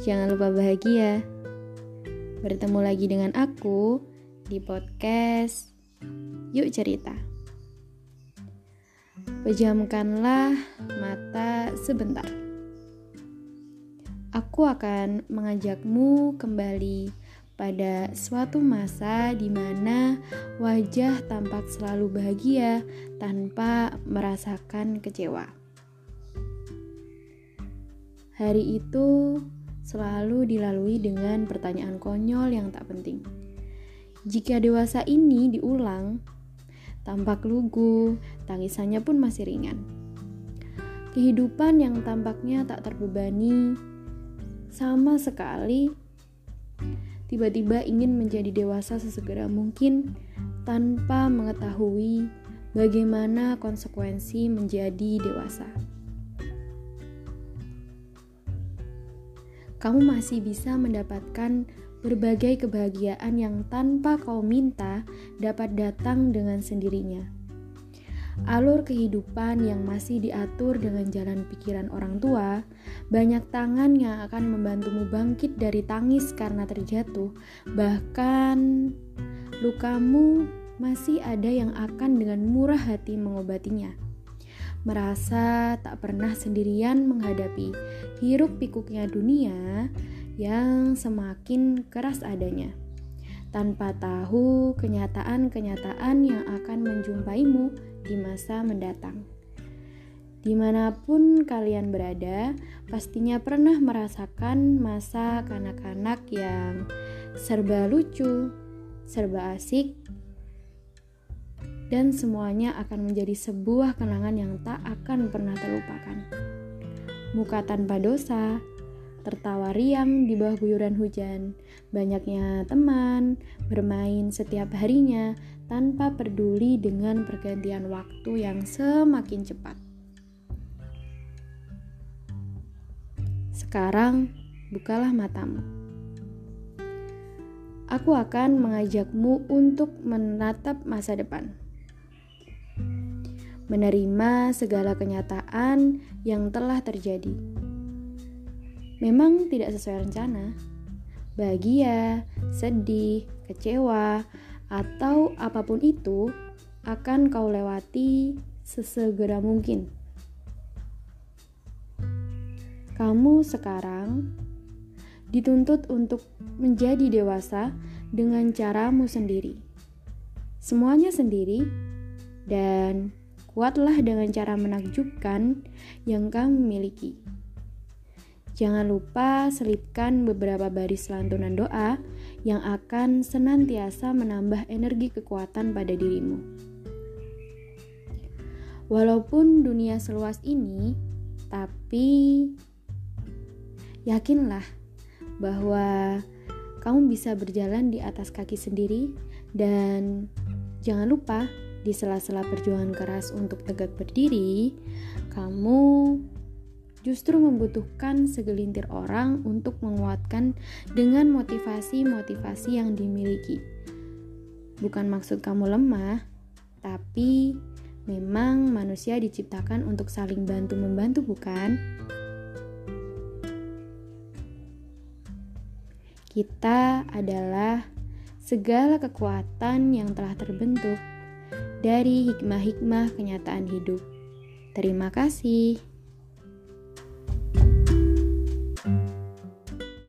jangan lupa bahagia. Bertemu lagi dengan aku di podcast Yuk Cerita. Pejamkanlah mata sebentar. Aku akan mengajakmu kembali pada suatu masa di mana wajah tampak selalu bahagia tanpa merasakan kecewa. Hari itu selalu dilalui dengan pertanyaan konyol yang tak penting. Jika dewasa ini diulang, tampak lugu, tangisannya pun masih ringan. Kehidupan yang tampaknya tak terbebani sama sekali, tiba-tiba ingin menjadi dewasa sesegera mungkin tanpa mengetahui bagaimana konsekuensi menjadi dewasa. Kamu masih bisa mendapatkan berbagai kebahagiaan yang tanpa kau minta dapat datang dengan sendirinya. Alur kehidupan yang masih diatur dengan jalan pikiran orang tua, banyak tangan yang akan membantumu bangkit dari tangis karena terjatuh, bahkan lukamu masih ada yang akan dengan murah hati mengobatinya. Merasa tak pernah sendirian menghadapi hiruk-pikuknya dunia yang semakin keras adanya, tanpa tahu kenyataan-kenyataan yang akan menjumpaimu di masa mendatang. Dimanapun kalian berada, pastinya pernah merasakan masa kanak-kanak yang serba lucu, serba asik, dan semuanya akan menjadi sebuah kenangan yang tak akan pernah terlupakan. Muka tanpa dosa, tertawa riang di bawah guyuran hujan, banyaknya teman, bermain setiap harinya tanpa peduli dengan pergantian waktu yang semakin cepat. Sekarang, bukalah matamu. Aku akan mengajakmu untuk menatap masa depan. Menerima segala kenyataan yang telah terjadi. Memang tidak sesuai rencana. Bahagia, sedih, kecewa, atau apapun itu akan kau lewati sesegera mungkin. Kamu sekarang dituntut untuk menjadi dewasa dengan caramu sendiri. Semuanya sendiri, dan kuatlah dengan cara menakjubkan yang kamu miliki. Jangan lupa selipkan beberapa baris lantunan doa yang akan senantiasa menambah energi kekuatan pada dirimu. Walaupun dunia seluas ini, tapi yakinlah bahwa kamu bisa berjalan di atas kaki sendiri, dan jangan lupa di sela-sela perjuangan keras untuk tegak berdiri, kamu justru membutuhkan segelintir orang untuk menguatkan dengan motivasi-motivasi yang dimiliki. Bukan maksud kamu lemah, tapi memang manusia diciptakan untuk saling bantu-membantu, bukan? Kita adalah segala kekuatan yang telah terbentuk dari hikmah-hikmah kenyataan hidup. Terima kasih.